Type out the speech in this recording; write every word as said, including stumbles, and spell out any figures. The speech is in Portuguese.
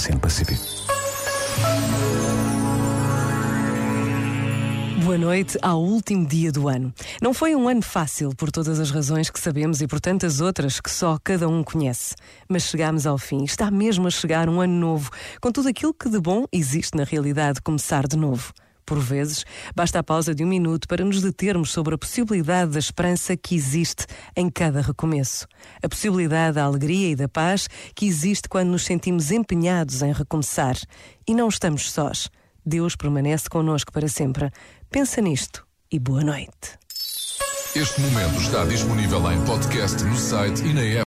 Oceano Pacífico. Boa noite ao último dia do ano. Não foi um ano fácil por todas as razões que sabemos e por tantas outras que só cada um conhece. Mas chegámos ao fim. Está mesmo a chegar um ano novo, com tudo aquilo que de bom existe na realidade começar de novo. Por vezes, basta a pausa de um minuto para nos determos sobre a possibilidade da esperança que existe em cada recomeço. A possibilidade da alegria e da paz que existe quando nos sentimos empenhados em recomeçar. E não estamos sós. Deus permanece connosco para sempre. Pensa nisto e boa noite. Este momento está disponível em podcast no site e na app.